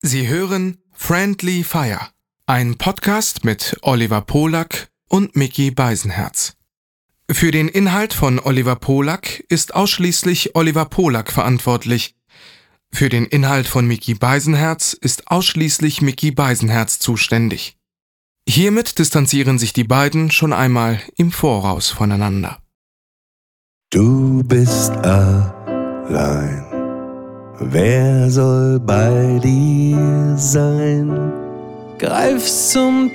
Sie hören Friendly Fire, ein Podcast mit Oliver Polak und Micky Beisenherz. Für den Inhalt von Oliver Polak ist ausschließlich Oliver Polak verantwortlich. Für den Inhalt von Micky Beisenherz ist ausschließlich Micky Beisenherz zuständig. Hiermit distanzieren sich die beiden schon einmal im Voraus voneinander. Du bist allein. Wer soll bei dir sein? Greif zum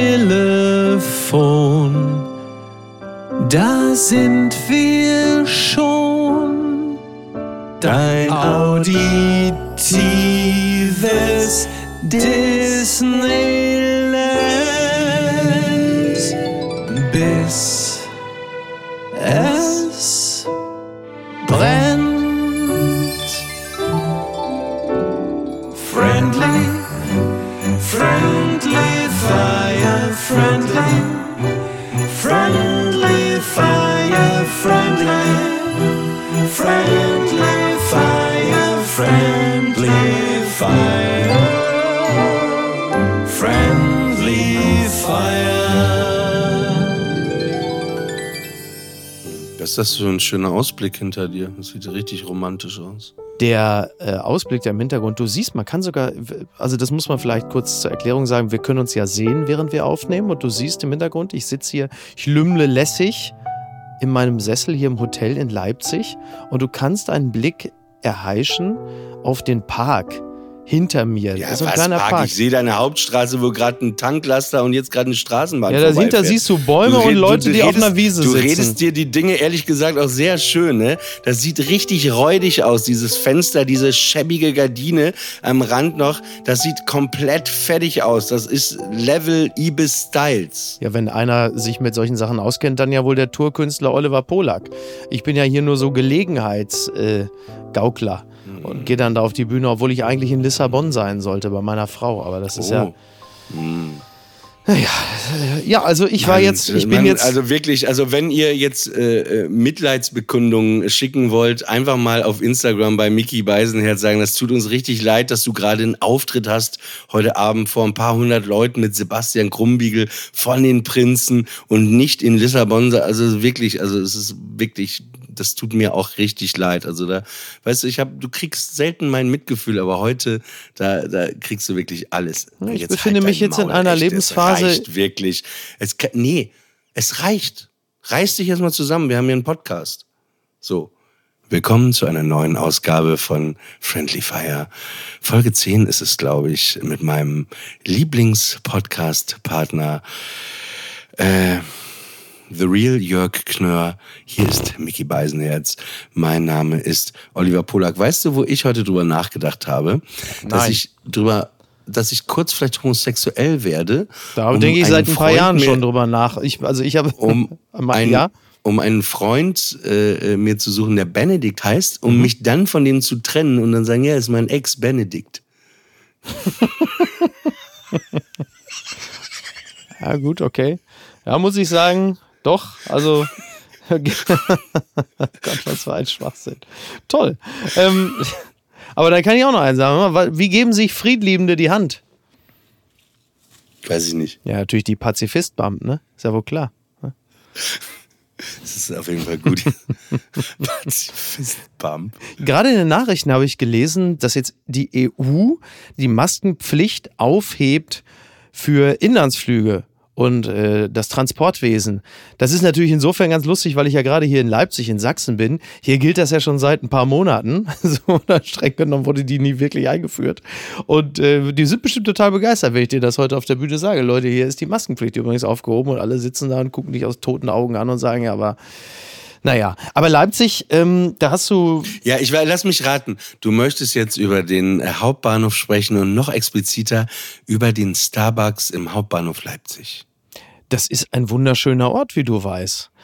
Telefon, da sind wir schon. Dein auditives Disneyland, bis es brennt. Friendly fire, friendly fire, friendly fire, friendly fire. Was ist das für ein schöner Ausblick hinter dir? Das sieht richtig romantisch aus. Der Ausblick, der im Hintergrund, du siehst, man kann sogar, also das muss man vielleicht kurz zur Erklärung sagen, wir können uns ja sehen, während wir aufnehmen, und du siehst im Hintergrund, ich sitze hier, ich lümmle lässig in meinem Sessel hier im Hotel in Leipzig, und du kannst einen Blick erheischen auf den Park hinter mir. Ja, so ein kleiner Park. Ich sehe deine Hauptstraße, wo gerade ein Tanklaster und jetzt gerade eine Straßenbahn dahinter siehst du Bäume und Leute, die auf einer Wiese sitzen. Du redest dir die Dinge, ehrlich gesagt, auch sehr schön, ne? Das sieht richtig räudig aus, dieses Fenster, diese schäbige Gardine am Rand noch. Das sieht komplett fertig aus. Das ist Level Ibis Styles. Ja, wenn einer sich mit solchen Sachen auskennt, dann ja wohl der Tourkünstler Oliver Polak. Ich bin ja hier nur so Gelegenheitsgaukler. Und gehe dann da auf die Bühne, obwohl ich eigentlich in Lissabon sein sollte bei meiner Frau. Aber das ist ja, also ich bin jetzt... Also wirklich, also wenn ihr jetzt Mitleidsbekundungen schicken wollt, einfach mal auf Instagram bei Micky Beisenherz sagen, das tut uns richtig leid, dass du gerade einen Auftritt hast heute Abend vor ein paar hundert Leuten mit Sebastian Krumbiegel von den Prinzen und nicht in Lissabon. Also wirklich, also es ist wirklich... Das tut mir auch richtig leid. Also da, weißt du, du kriegst selten mein Mitgefühl, aber heute, da kriegst du wirklich alles. Ich jetzt befinde mich jetzt in einer Lebensphase. Es reicht wirklich. Es reicht. Reiß dich erstmal zusammen. Wir haben hier einen Podcast. So. Willkommen zu einer neuen Ausgabe von Friendly Fire. Folge 10 ist es, glaube ich, mit meinem Lieblings-Podcast-Partner, The Real Jörg Knörr. Hier ist Micky Beisenherz. Mein Name ist Oliver Polak. Weißt du, wo ich heute drüber nachgedacht habe? Nein. Dass ich kurz vielleicht homosexuell werde. Da denke ich seit ein paar Jahren schon drüber nach. Ich habe um einen Freund mir zu suchen, der Benedikt heißt, um mich dann von dem zu trennen und dann sagen, ja, ist mein Ex Benedikt. Ja, gut, okay. Ja, muss ich sagen, doch, also Gott, was für ein Schwachsinn. Toll. Aber dann kann ich auch noch eins sagen. Wie geben sich Friedliebende die Hand? Weiß ich nicht. Ja, natürlich die Pazifist-Bump, ne? Ist ja wohl klar. Das ist auf jeden Fall gut. Pazifist-Bump. Gerade in den Nachrichten habe ich gelesen, dass jetzt die EU die Maskenpflicht aufhebt für Inlandsflüge und das Transportwesen. Das ist natürlich insofern ganz lustig, weil ich ja gerade hier in Leipzig in Sachsen bin. Hier gilt das ja schon seit ein paar Monaten. So, streng genommen wurde die nie wirklich eingeführt. Und die sind bestimmt total begeistert, wenn ich dir das heute auf der Bühne sage. Leute, hier ist die Maskenpflicht übrigens aufgehoben und alle sitzen da und gucken dich aus toten Augen an und sagen, ja, aber... Naja, aber Leipzig, da hast du... Ja, lass mich raten. Du möchtest jetzt über den Hauptbahnhof sprechen und noch expliziter über den Starbucks im Hauptbahnhof Leipzig. Das ist ein wunderschöner Ort, wie du weißt.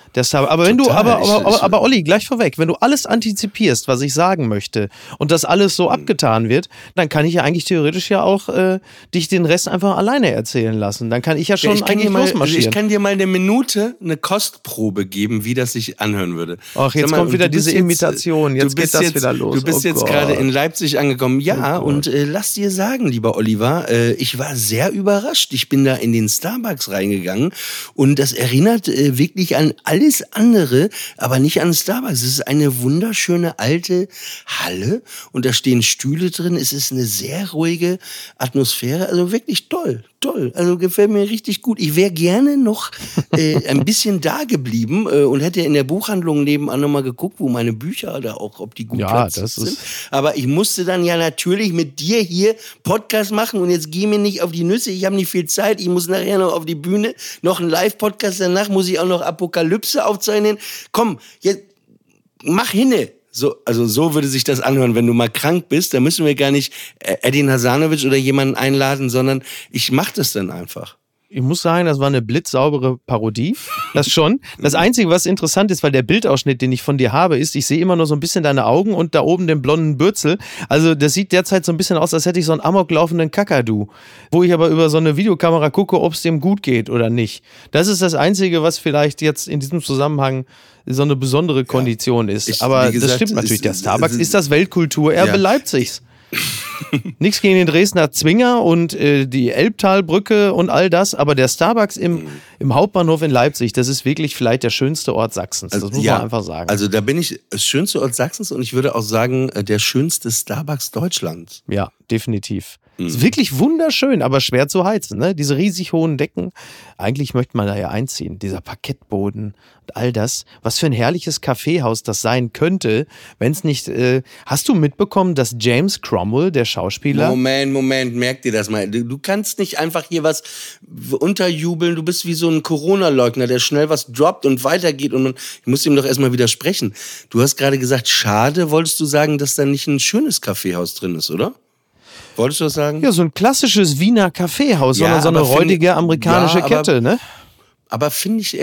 Aber wenn Total. aber Olli, gleich vorweg, wenn du alles antizipierst, was ich sagen möchte und das alles so abgetan wird, dann kann ich ja eigentlich theoretisch ja auch dich den Rest einfach alleine erzählen lassen. Dann kann ich ja schon losmarschieren. Ich kann dir mal eine Minute eine Kostprobe geben, wie das sich anhören würde. Ach, jetzt kommt wieder diese Imitation, jetzt geht das wieder los. Du bist jetzt gerade in Leipzig angekommen. Ja, und lass dir sagen, lieber Oliver, ich war sehr überrascht. Ich bin da in den Starbucks reingegangen und das erinnert wirklich an alles andere, aber nicht an Starbucks. Es ist eine wunderschöne alte Halle und da stehen Stühle drin. Es ist eine sehr ruhige Atmosphäre. Also wirklich toll. Also gefällt mir richtig gut. Ich wäre gerne noch ein bisschen da geblieben und hätte in der Buchhandlung nebenan nochmal geguckt, wo meine Bücher da auch, ob die gut platziert sind. Aber ich musste dann ja natürlich mit dir hier Podcast machen und jetzt geh mir nicht auf die Nüsse. Ich habe nicht viel Zeit. Ich muss nachher noch auf die Bühne, noch einen Live-Podcast. Danach muss ich auch noch Apokalypse aufzeichnen. Komm, jetzt mach hinne. So würde sich das anhören, wenn du mal krank bist. Da müssen wir gar nicht Edin Hasanovic oder jemanden einladen, sondern ich mach das dann einfach. Ich muss sagen, das war eine blitzsaubere Parodie. Das schon. Das Einzige, was interessant ist, weil der Bildausschnitt, den ich von dir habe, ist, ich sehe immer nur so ein bisschen deine Augen und da oben den blonden Bürzel. Also das sieht derzeit so ein bisschen aus, als hätte ich so einen amoklaufenden Kakadu. Wo ich aber über so eine Videokamera gucke, ob es dem gut geht oder nicht. Das ist das Einzige, was vielleicht jetzt in diesem Zusammenhang so eine besondere Kondition ist. Aber wie gesagt, das stimmt natürlich. Der Starbucks ist das Weltkulturerbe Leipzigs. Nichts gegen den Dresdner Zwinger und die Elbtalbrücke und all das, aber der Starbucks im Hauptbahnhof in Leipzig, das ist wirklich vielleicht der schönste Ort Sachsens. Das muss man einfach sagen. Also da bin ich das schönste Ort Sachsens und ich würde auch sagen, der schönste Starbucks Deutschlands. Ja, definitiv. Ist wirklich wunderschön, aber schwer zu heizen, ne? Diese riesig hohen Decken. Eigentlich möchte man da ja einziehen. Dieser Parkettboden und all das. Was für ein herrliches Kaffeehaus das sein könnte, wenn es nicht. Hast du mitbekommen, dass James Cromwell, der Schauspieler. Moment, merk dir das mal. Du kannst nicht einfach hier was unterjubeln. Du bist wie so ein Corona-Leugner, der schnell was droppt und weitergeht. Und ich muss ihm doch erstmal widersprechen. Du hast gerade gesagt, schade, wolltest du sagen, dass da nicht ein schönes Kaffeehaus drin ist, oder? Wolltest du das sagen? Ja, so ein klassisches Wiener Kaffeehaus, sondern so eine räudige amerikanische Kette, ne? Aber finde ich,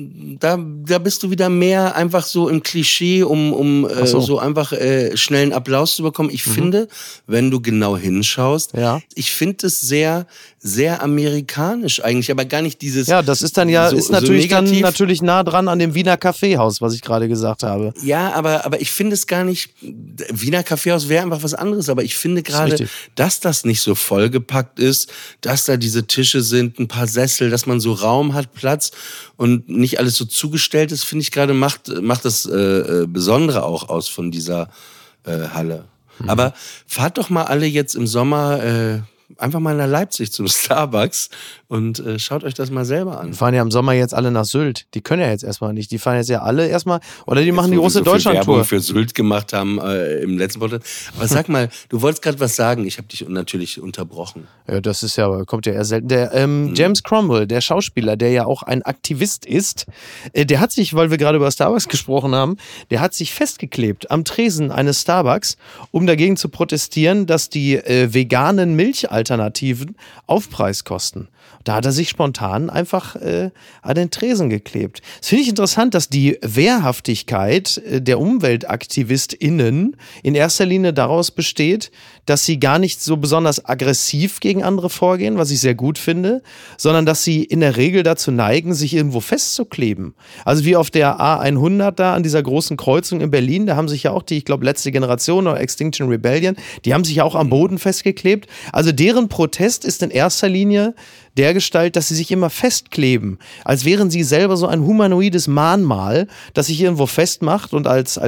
da bist du wieder mehr einfach so im Klischee, um so einfach schnell einen Applaus zu bekommen. Ich finde, wenn du genau hinschaust, ich finde es sehr, sehr amerikanisch eigentlich, aber gar nicht dieses. Ja, das ist dann ist natürlich dann natürlich nah dran an dem Wiener Kaffeehaus, was ich gerade gesagt habe. Ja, aber ich finde es gar nicht. Wiener Kaffeehaus wäre einfach was anderes, aber ich finde gerade, dass das nicht so vollgepackt ist, dass da diese Tische sind, ein paar Sessel, dass man so Raum hat, Platz und nicht alles so zugestellt ist, finde ich gerade macht das Besondere auch aus von dieser Halle. Aber fahrt doch mal alle jetzt im Sommer einfach mal nach Leipzig zum Starbucks und schaut euch das mal selber an. Die fahren ja im Sommer jetzt alle nach Sylt. Die können ja jetzt erstmal nicht. Die fahren jetzt ja alle erstmal, oder die machen die große Deutschlandtour. Werbung für Sylt gemacht haben im letzten Podcast. Aber sag mal, du wolltest gerade was sagen. Ich habe dich natürlich unterbrochen. Ja, das ist kommt ja eher selten. Der James Cromwell, der Schauspieler, der ja auch ein Aktivist ist, der hat sich, weil wir gerade über Starbucks gesprochen haben, der hat sich festgeklebt am Tresen eines Starbucks, um dagegen zu protestieren, dass die veganen Milchalternativen Aufpreis kosten. Da hat er sich spontan einfach an den Tresen geklebt. Das finde ich interessant, dass die Wehrhaftigkeit der UmweltaktivistInnen in erster Linie daraus besteht, dass sie gar nicht so besonders aggressiv gegen andere vorgehen, was ich sehr gut finde, sondern dass sie in der Regel dazu neigen, sich irgendwo festzukleben. Also wie auf der A100 da an dieser großen Kreuzung in Berlin, da haben sich ja auch die, ich glaube, letzte Generation oder Extinction Rebellion, die haben sich ja auch am Boden festgeklebt. Also deren Protest ist in erster Linie dergestalt, dass sie sich immer festkleben, als wären sie selber so ein humanoides Mahnmal, das sich irgendwo festmacht und als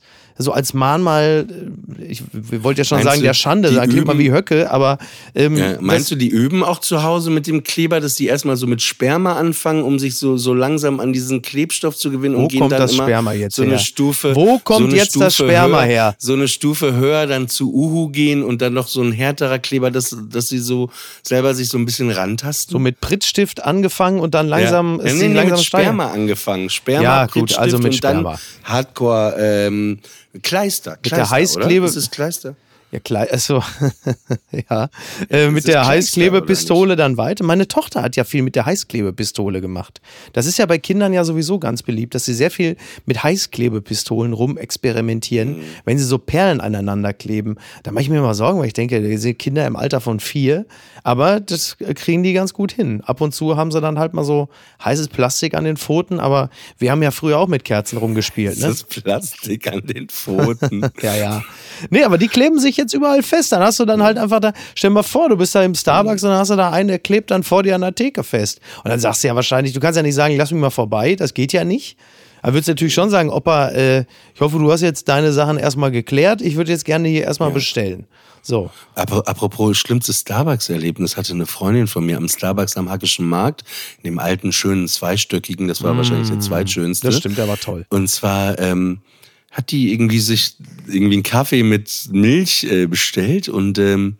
Mahnmal, ich wollte ja schon sagen, der Schande, da klebt man wie Höcke, aber meinst du, die üben auch zu Hause mit dem Kleber, dass die erstmal so mit Sperma anfangen, um sich so langsam an diesen Klebstoff zu gewinnen und gehen dann das immer Sperma jetzt so eine Stufe. Wo kommt jetzt das Sperma her? So eine Stufe höher dann zu Uhu gehen und dann noch so ein härterer Kleber, dass sie so selber sich so ein bisschen rantasten. So mit Prittstift angefangen und dann langsam langsam mit Sperma angefangen. Sperma, ja, gut, also mit Sperma. Und dann Hardcore Kleister. Mit der Heißklebe. Ist es Kleister? Ja, klar, also, ja. Das Mit ist der Kleinster, Heißklebepistole dann weiter. Meine Tochter hat ja viel mit der Heißklebepistole gemacht. Das ist ja bei Kindern ja sowieso ganz beliebt, dass sie sehr viel mit Heißklebepistolen rumexperimentieren, wenn sie so Perlen aneinander kleben. Da mache ich mir immer Sorgen, weil ich denke, das sind Kinder im Alter von 4, aber das kriegen die ganz gut hin. Ab und zu haben sie dann halt mal so heißes Plastik an den Pfoten, aber wir haben ja früher auch mit Kerzen rumgespielt. Ne? Das ist Plastik an den Pfoten. Ja. Nee, aber die kleben sich jetzt überall fest. Dann hast du dann halt einfach da, stell dir mal vor, du bist da im Starbucks und dann hast du da einen, der klebt dann vor dir an der Theke fest. Und dann sagst du ja wahrscheinlich, du kannst ja nicht sagen, lass mich mal vorbei, das geht ja nicht. Aber würdest natürlich schon sagen, Opa, ich hoffe, du hast jetzt deine Sachen erstmal geklärt, ich würde jetzt gerne hier erstmal bestellen. So. Apropos schlimmstes Starbucks-Erlebnis, hatte eine Freundin von mir am Starbucks am Hackischen Markt, in dem alten, schönen, zweistöckigen, das war wahrscheinlich der zweitschönste. Das stimmt, der war toll. Und zwar hat die sich einen Kaffee mit Milch bestellt und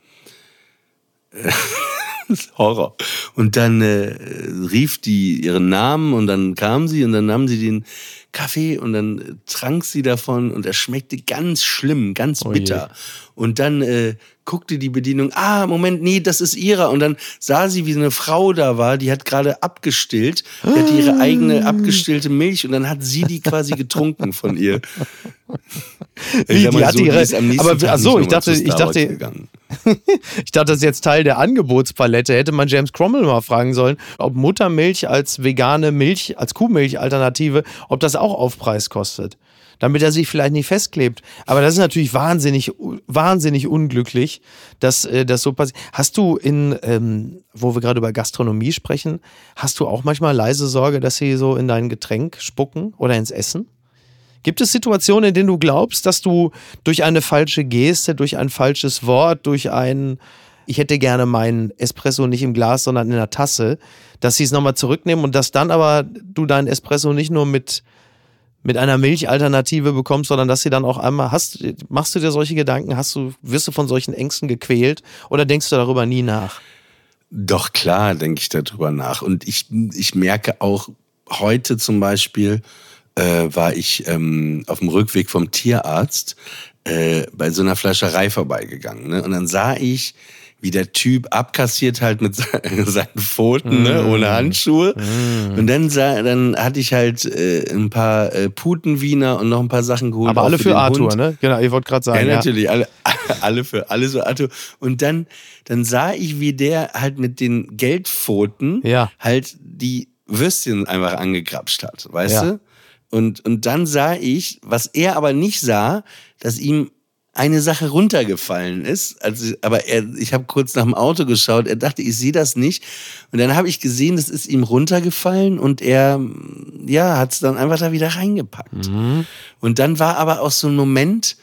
Horror. Und dann rief die ihren Namen und dann kam sie und dann nahm sie den Kaffee und dann trank sie davon und er schmeckte ganz schlimm, ganz bitter. Und dann guckte die Bedienung, Moment, nee, das ist ihrer. Und dann sah sie, wie eine Frau da war, die hat gerade abgestillt, die hatte ihre eigene abgestillte Milch und dann hat sie die quasi getrunken von ihr. Wie, die hat ihre, ich dachte, ich dachte, das ist jetzt Teil der Angebotspalette. Hätte man James Cromwell mal fragen sollen, ob Muttermilch als vegane Milch, als Kuhmilch-Alternative, ob das auch Aufpreis kostet. Damit er sich vielleicht nicht festklebt. Aber das ist natürlich wahnsinnig unglücklich, dass das so passiert. Hast du wo wir gerade über Gastronomie sprechen, hast du auch manchmal leise Sorge, dass sie so in dein Getränk spucken oder ins Essen? Gibt es Situationen, in denen du glaubst, dass du durch eine falsche Geste, durch ein falsches Wort, durch ich hätte gerne meinen Espresso nicht im Glas, sondern in der Tasse, dass sie es nochmal zurücknehmen und dass dann aber du deinen Espresso nicht nur mit einer Milchalternative bekommst, sondern dass sie dann auch einmal machst du dir solche Gedanken, wirst du von solchen Ängsten gequält oder denkst du darüber nie nach? Doch, klar, denke ich darüber nach. Und ich merke auch heute zum Beispiel, war ich auf dem Rückweg vom Tierarzt bei so einer Fleischerei vorbeigegangen. Ne? Und dann sah ich, wie der Typ abkassiert halt mit seinen Pfoten, ne, ohne Handschuhe. Und dann hatte ich halt ein paar Putenwiener und noch ein paar Sachen geholt. Aber alle für Arthur, Hund. Ne? Genau, ich wollte gerade sagen. Ja, natürlich, alle so Arthur. Und dann sah ich, wie der halt mit den Geldpfoten halt die Würstchen einfach angegrapscht hat, weißt du? Und dann sah ich, was er aber nicht sah, dass ihm eine Sache runtergefallen ist. Aber ich habe kurz nach dem Auto geschaut, er dachte, ich sehe das nicht. Und dann habe ich gesehen, das ist ihm runtergefallen und er hat es dann einfach da wieder reingepackt. Und dann war aber auch so ein Moment,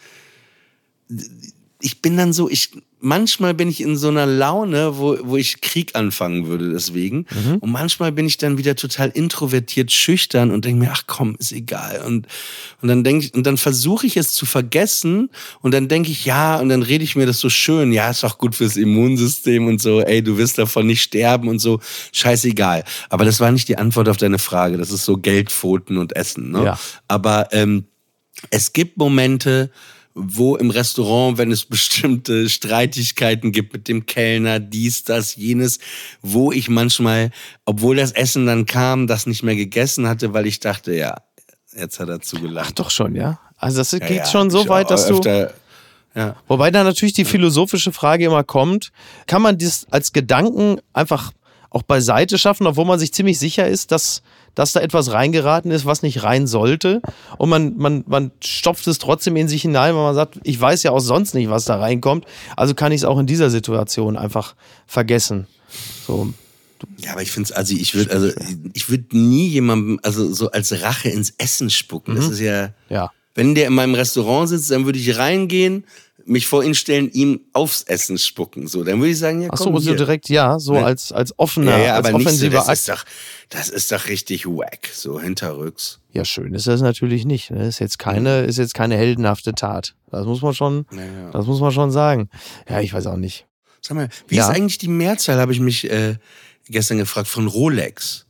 manchmal bin ich in so einer Laune, wo ich Krieg anfangen würde deswegen. Und manchmal bin ich dann wieder total introvertiert, schüchtern und denke mir, ach komm, ist egal. Und dann versuche ich es zu vergessen und dann denke ich, und dann rede ich mir das so schön, ist doch gut fürs Immunsystem und so, ey, du wirst davon nicht sterben und so, scheißegal. Aber das war nicht die Antwort auf deine Frage, das ist so Geldpfoten und Essen. Ne? Ja. Aber es gibt Momente, wo im Restaurant, wenn es bestimmte Streitigkeiten gibt mit dem Kellner, dies, das, jenes, wo ich manchmal, obwohl das Essen dann kam, das nicht mehr gegessen hatte, weil ich dachte, jetzt hat er zugelacht. Ach doch schon, ja? Also das geht schon so weit, dass du... Ja. Wobei da natürlich die philosophische Frage immer kommt, kann man das als Gedanken einfach auch beiseite schaffen, obwohl man sich ziemlich sicher ist, dass da etwas reingeraten ist, was nicht rein sollte. Und man stopft es trotzdem in sich hinein, weil man sagt, ich weiß ja auch sonst nicht, was da reinkommt. Also kann ich es auch in dieser Situation einfach vergessen. So. Ja, aber ich finde es, ich würde nie jemandem, so als Rache ins Essen spucken. Das ist ja, wenn der in meinem Restaurant sitzt, dann würde ich reingehen, mich vor ihn stellen, ihm aufs Essen spucken. So, dann würde ich sagen, komm, Ach so, so direkt, als offener, als aber offensiver nicht so, das ist doch richtig wack, so hinterrücks. Ja, schön ist das natürlich nicht. Das ist jetzt keine heldenhafte Tat. Das muss man schon sagen. Ja, ich weiß auch nicht. Sag mal, wie ist eigentlich die Mehrzahl, habe ich mich gestern gefragt, von Rolex?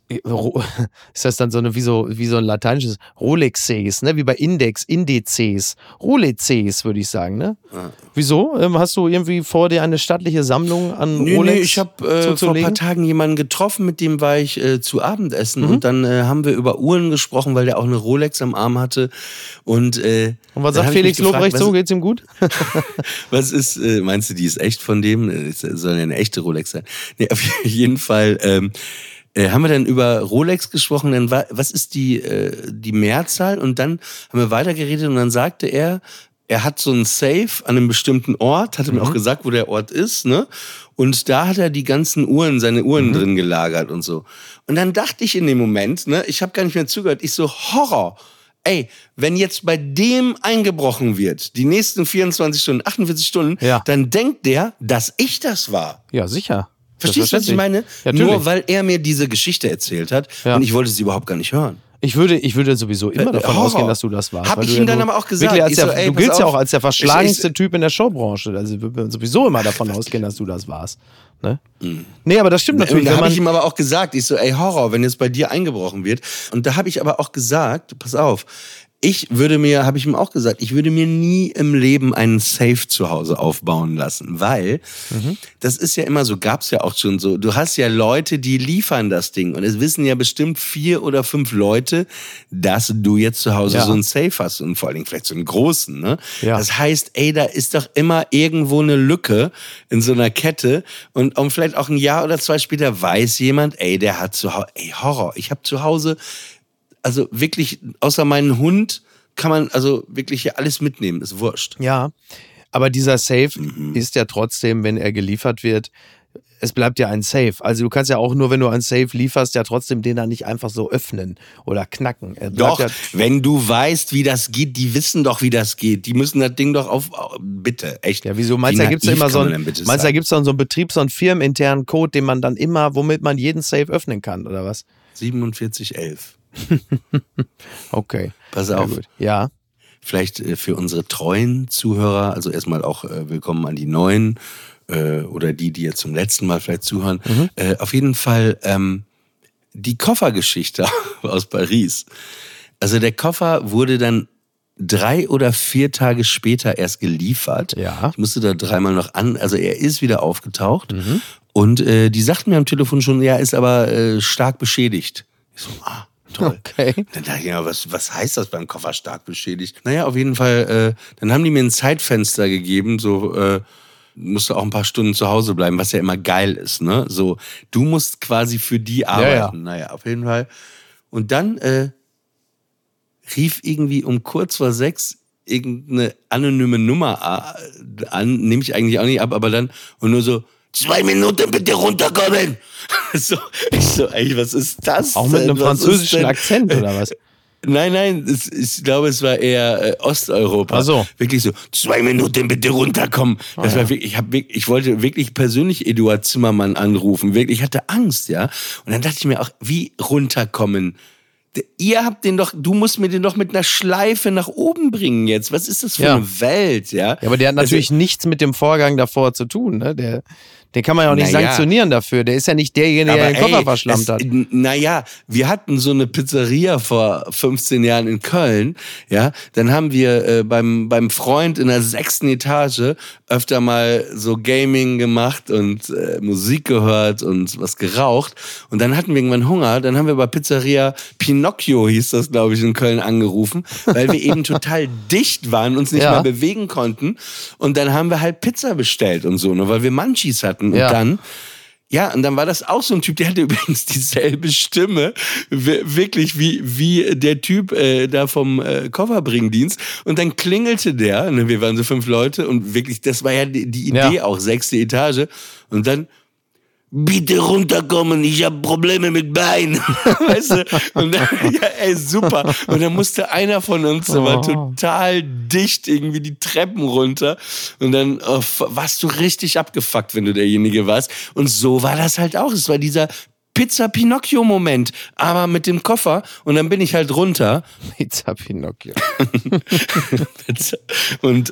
ist das dann so eine, wie so ein lateinisches Rolexes, ne? Wie bei Indizes. Rolexes, würde ich sagen, ne? Ja. Wieso? Hast du irgendwie vor, dir eine stattliche Sammlung an Rolex Nee, ich habe vor ein paar Tagen jemanden getroffen, mit dem war ich zu Abendessen und dann haben wir über Uhren gesprochen, weil der auch eine Rolex am Arm hatte. Und was sagt Felix Lobrecht so? Geht's ihm gut? Was ist, meinst du, die ist echt von dem? Es soll ja eine echte Rolex sein. Nee, auf jeden Fall haben wir dann über Rolex gesprochen, dann was ist die Mehrzahl? Und dann haben wir weitergeredet und dann sagte er hat so einen Safe an einem bestimmten Ort, hat er mir auch gesagt, wo der Ort ist, ne? Und da hat er die ganzen seine Uhren drin gelagert und so. Und dann dachte ich in dem Moment, ne, ich habe gar nicht mehr zugehört, ich so, Horror. Ey, wenn jetzt bei dem eingebrochen wird, die nächsten 24 Stunden, 48 Stunden, dann denkt der, dass ich das war. Ja, sicher. Verstehst du, was ich meine? Ja, nur weil er mir diese Geschichte erzählt hat und ich wollte sie überhaupt gar nicht hören. Ich würde sowieso immer davon ausgehen, dass du das warst. Hab ich ihm dann aber auch gesagt. Du giltst ja auch als der verschlagenste Typ in der Showbranche. Also ich würde sowieso immer davon ausgehen, dass du das warst. Ne? Nee, aber das stimmt natürlich. Da habe ich ihm aber auch gesagt, ich so, ey, Horror, wenn jetzt bei dir eingebrochen wird. Und da habe ich aber auch gesagt, pass auf, habe ich ihm auch gesagt, ich würde mir nie im Leben einen Safe zu Hause aufbauen lassen, weil das ist ja immer so, gab's ja auch schon so, du hast ja Leute, die liefern das Ding und es wissen ja bestimmt 4 oder 5 Leute, dass du jetzt zu Hause so einen Safe hast und vor allen Dingen vielleicht so einen großen, ne? Ja. Das heißt, ey, da ist doch immer irgendwo eine Lücke in so einer Kette und vielleicht auch ein Jahr oder 2 später weiß jemand, ey, der hat zu Hause, ey, Horror, ich habe zu Hause also wirklich, außer meinen Hund, kann man also wirklich hier alles mitnehmen, ist wurscht. Ja, aber dieser Safe ist ja trotzdem, wenn er geliefert wird, es bleibt ja ein Safe. Also du kannst ja auch nur, wenn du einen Safe lieferst, ja trotzdem den dann nicht einfach so öffnen oder knacken. Doch, wenn du weißt, wie das geht, die wissen doch, wie das geht. Die müssen das Ding doch bitte, echt. Ja, wieso? Meinst du, da gibt's ja immer so einen Betrieb, so einen firmeninternen Code, den man dann immer, womit man jeden Safe öffnen kann, oder was? 4711. Okay. Pass auf. Ja. Vielleicht für unsere treuen Zuhörer, also erstmal auch willkommen an die Neuen oder die jetzt zum letzten Mal vielleicht zuhören. Auf jeden Fall die Koffergeschichte aus Paris. Also der Koffer wurde dann 3 oder 4 Tage später erst geliefert. Ja. Ich musste da 3-mal noch also er ist wieder aufgetaucht und die sagten mir am Telefon schon, ja, ist aber stark beschädigt. Ich so, toll. Okay. Dann dachte ich, ja, was heißt das beim Koffer stark beschädigt? Naja, auf jeden Fall, dann haben die mir ein Zeitfenster gegeben, so musst du auch ein paar Stunden zu Hause bleiben, was ja immer geil ist, ne? So, du musst quasi für die arbeiten. Ja. Naja, auf jeden Fall. Und dann rief irgendwie um kurz vor 6 irgendeine anonyme Nummer an, nehme ich eigentlich auch nicht ab, aber dann und nur so, 2 Minuten bitte runterkommen. Ich so, ey, was ist das? Auch mit einem französischen Akzent oder was? Nein, ich glaube, es war eher Osteuropa. Ach so. Wirklich so, 2 Minuten bitte runterkommen. Das war wirklich, ich wollte wirklich persönlich Eduard Zimmermann anrufen. Wirklich, ich hatte Angst, ja. Und dann dachte ich mir auch, wie runterkommen? Ihr habt du musst mir den doch mit einer Schleife nach oben bringen jetzt. Was ist das für eine Welt, ja? Ja, aber der hat natürlich nichts mit dem Vorgang davor zu tun, ne? Den kann man ja auch nicht sanktionieren dafür. Der ist ja nicht derjenige, der den Koffer verschlammt hat. Naja, wir hatten so eine Pizzeria vor 15 Jahren in Köln. Ja, dann haben wir beim Freund in der 6. Etage öfter mal so Gaming gemacht und Musik gehört und was geraucht. Und dann hatten wir irgendwann Hunger. Dann haben wir bei Pizzeria Pinocchio, hieß das, glaube ich, in Köln angerufen, weil wir eben total dicht waren, uns nicht mehr bewegen konnten. Und dann haben wir halt Pizza bestellt und so, ne, weil wir Munchies hatten. Und dann war das auch so ein Typ, der hatte übrigens dieselbe Stimme, wirklich wie der Typ da vom Kofferbringdienst. Und dann klingelte der, ne, wir waren so 5 Leute und wirklich, das war ja die Idee auch, 6. Etage. Und dann, bitte runterkommen, ich habe Probleme mit Bein. Weißt du? Und dann, super. Und dann musste einer von uns, der war total dicht irgendwie die Treppen runter. Und dann warst du richtig abgefuckt, wenn du derjenige warst. Und so war das halt auch. Es war dieser Pizza-Pinocchio-Moment, aber mit dem Koffer. Und dann bin ich halt runter. Pizza Pinocchio. und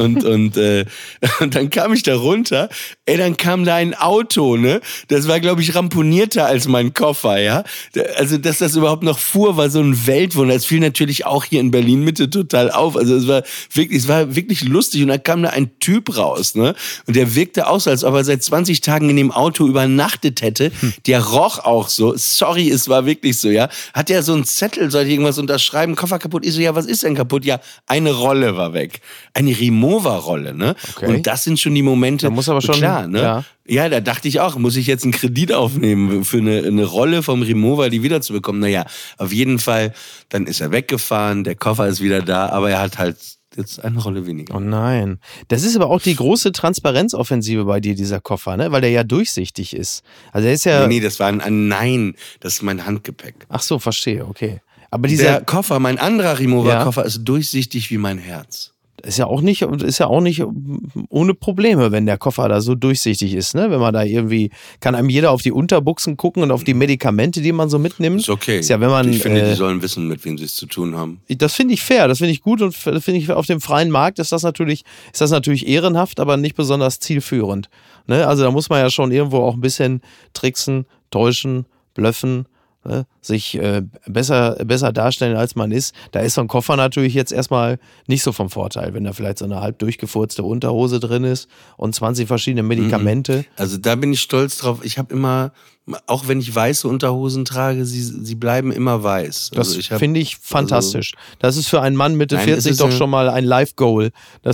dann kam ich da runter. Ey, dann kam da ein Auto, ne? Das war, glaube ich, ramponierter als mein Koffer, ja? Also, dass das überhaupt noch fuhr, war so ein Weltwunder. Es fiel natürlich auch hier in Berlin-Mitte total auf. Also, es war wirklich lustig. Und dann kam da ein Typ raus, ne? Und der wirkte auch so, als ob er seit 20 Tagen in dem Auto übernachtet hätte. Der roch auch so. Sorry, es war wirklich so, ja? Hat er so einen Zettel, soll ich irgendwas unterschreiben? Koffer kaputt? Ich so, ja, was ist denn kaputt? Ja, eine Rolle war weg. Eine Rimowa-Rolle, ne? Okay. Und das sind schon die Momente. Da muss aber schon, klar, ne? Ja, da dachte ich auch, muss ich jetzt einen Kredit aufnehmen für eine Rolle vom Rimowa, die wiederzubekommen? Naja, auf jeden Fall, dann ist er weggefahren, der Koffer ist wieder da, aber er hat halt jetzt eine Rolle weniger. Oh nein. Das ist aber auch die große Transparenzoffensive bei dir, dieser Koffer, ne? Weil der ja durchsichtig ist. Also der ist ja... Nee, das war Nein, das ist mein Handgepäck. Ach so, verstehe, okay. Aber Der dieser Koffer, mein anderer Rimowa-Koffer, ist durchsichtig wie mein Herz. ist ja auch nicht ohne Probleme, wenn der Koffer da so durchsichtig ist, ne? Wenn man da irgendwie, kann einem jeder auf die Unterbuchsen gucken und auf die Medikamente, die man so mitnimmt. Ist okay. Ist ja, wenn man, ich finde, die sollen wissen, mit wem sie es zu tun haben. Das finde ich fair, das finde ich gut und finde ich auf dem freien Markt ist das natürlich ehrenhaft, aber nicht besonders zielführend. Ne? Also da muss man ja schon irgendwo auch ein bisschen tricksen, täuschen, bluffen, ne? Sich besser darstellen, als man ist. Da ist so ein Koffer natürlich jetzt erstmal nicht so vom Vorteil, wenn da vielleicht so eine halb durchgefurzte Unterhose drin ist und 20 verschiedene Medikamente. Also da bin ich stolz drauf. Ich habe immer, auch wenn ich weiße Unterhosen trage, sie bleiben immer weiß. Das Also finde ich fantastisch. Das ist für einen Mann Mitte 40 doch schon mal ein Life-Goal.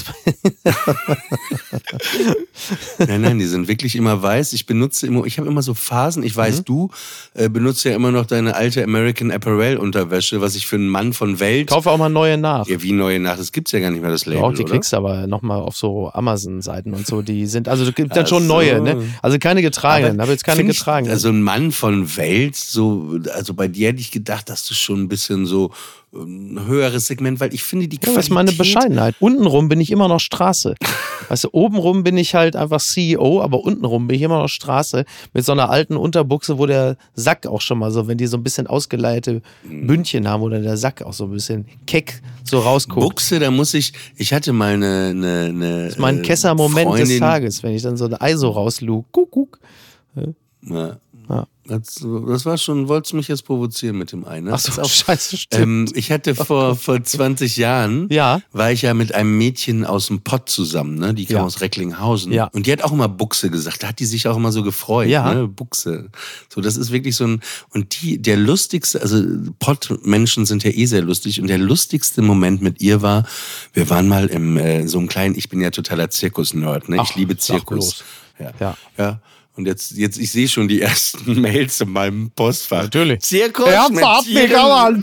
Nein, die sind wirklich immer weiß. Ich habe immer so Phasen. Ich weiß, du benutzt ja immer noch deine alte American Apparel-Unterwäsche, was ich für einen Mann von Welt... Kaufe auch mal neue nach. Ja, wie neue nach? Das gibt's ja gar nicht mehr, das Label, Auch die oder? kriegst du aber nochmal auf so Amazon-Seiten und so. Die sind, also es gibt dann schon neue, ne? Also keine getragenen, habe jetzt keine getragenen. Also ein Mann von Welt, also bei dir hätte ich gedacht, dass du schon ein bisschen so ein höheres Segment, weil ich finde die Qualität... Das ist meine Bescheidenheit. Untenrum bin ich immer noch Straße. Weißt du, obenrum bin ich halt einfach CEO, aber untenrum bin ich immer noch Straße mit so einer alten Unterbuchse, wo der Sack auch schon mal so, wenn die so ein bisschen ausgeleierte Bündchen haben, wo dann der Sack auch so ein bisschen keck so rausguckt. Buchse, da muss ich hatte mal eine das ist mein Kesser-Moment des Tages, wenn ich dann so ein Ei so rauslug. Guck. Ja. Das war schon, wolltest du mich jetzt provozieren mit dem einen? Ach so, scheiße, stimmt. Ich hatte vor 20 Jahren, war ich ja mit einem Mädchen aus dem Pott zusammen, ne? Die kam aus Recklinghausen. Ja. Und die hat auch immer Buchse gesagt. Da hat die sich auch immer so gefreut, ne? Buchse. So, das ist wirklich so ein, und der lustigste, also Pott-Menschen sind ja sehr lustig, und der lustigste Moment mit ihr war, wir waren mal im so einem kleinen, ich bin ja totaler Zirkus-Nerd, ne? Ich liebe Zirkus. Ja. Und jetzt, ich sehe schon die ersten Mails in meinem Postfach. Natürlich. Zirkus mit Tieren.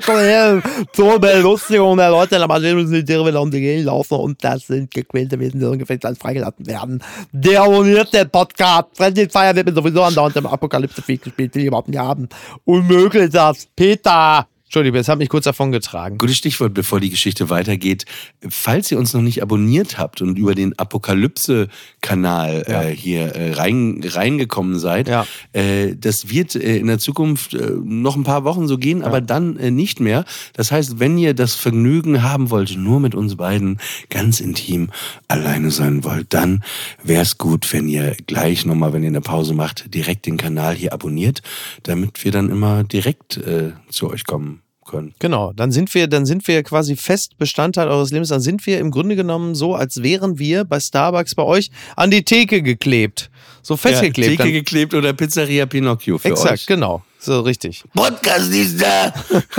Zur Belustigung der Leute, aber die Tiere wieder um die Gegend laufen und das sind gequälte Wesen, die ungefähr gleich freigelassen werden. Der abonnierte Podcast. Friendly Fire wird mir sowieso andauernd im Apokalypse-Feed gespielt, will ich überhaupt nicht haben. Unmöglich das. Peter! Entschuldigung, jetzt hat mich kurz davon getragen. Gutes Stichwort, bevor die Geschichte weitergeht. Falls ihr uns noch nicht abonniert habt und über den Apokalypse-Kanal hier reingekommen seid, das wird in der Zukunft noch ein paar Wochen so gehen, aber dann nicht mehr. Das heißt, wenn ihr das Vergnügen haben wollt, nur mit uns beiden ganz intim alleine sein wollt, dann wäre es gut, wenn ihr gleich nochmal, wenn ihr eine Pause macht, direkt den Kanal hier abonniert, damit wir dann immer direkt zu euch kommen können. Genau, dann sind wir quasi fest Bestandteil eures Lebens. Dann sind wir im Grunde genommen so, als wären wir bei Starbucks bei euch an die Theke geklebt. So festgeklebt. Theke geklebt oder Pizzeria Pinocchio für euch. Exakt, genau. So richtig. Podcast ist da!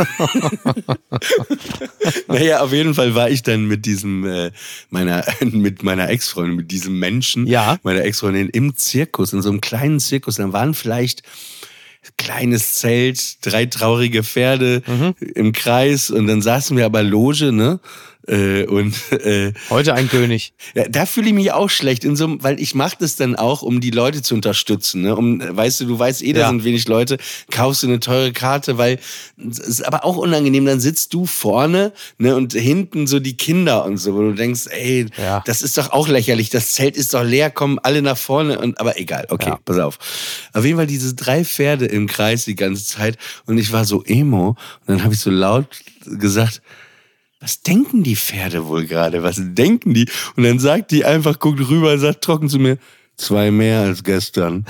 Naja, auf jeden Fall war ich dann mit meiner Ex-Freundin, mit diesem Menschen, meiner Ex-Freundin im Zirkus, in so einem kleinen Zirkus. Dann waren vielleicht kleines Zelt, 3 traurige Pferde im Kreis, und dann saßen wir aber Loge, ne? Heute ein König. Ja, da fühle ich mich auch schlecht, weil ich mache das dann auch, um die Leute zu unterstützen. Ne? Weißt du weißt da sind wenig Leute, kaufst du eine teure Karte, weil es ist aber auch unangenehm, dann sitzt du vorne, ne, und hinten so die Kinder und so, wo du denkst, ey, das ist doch auch lächerlich, das Zelt ist doch leer, kommen alle nach vorne, aber egal, okay, pass auf. Auf jeden Fall diese 3 Pferde im Kreis die ganze Zeit und ich war so emo und dann habe ich so laut gesagt, was denken die Pferde wohl gerade? Was denken die? Und dann sagt die einfach, guckt rüber und sagt trocken zu mir, 2 mehr als gestern.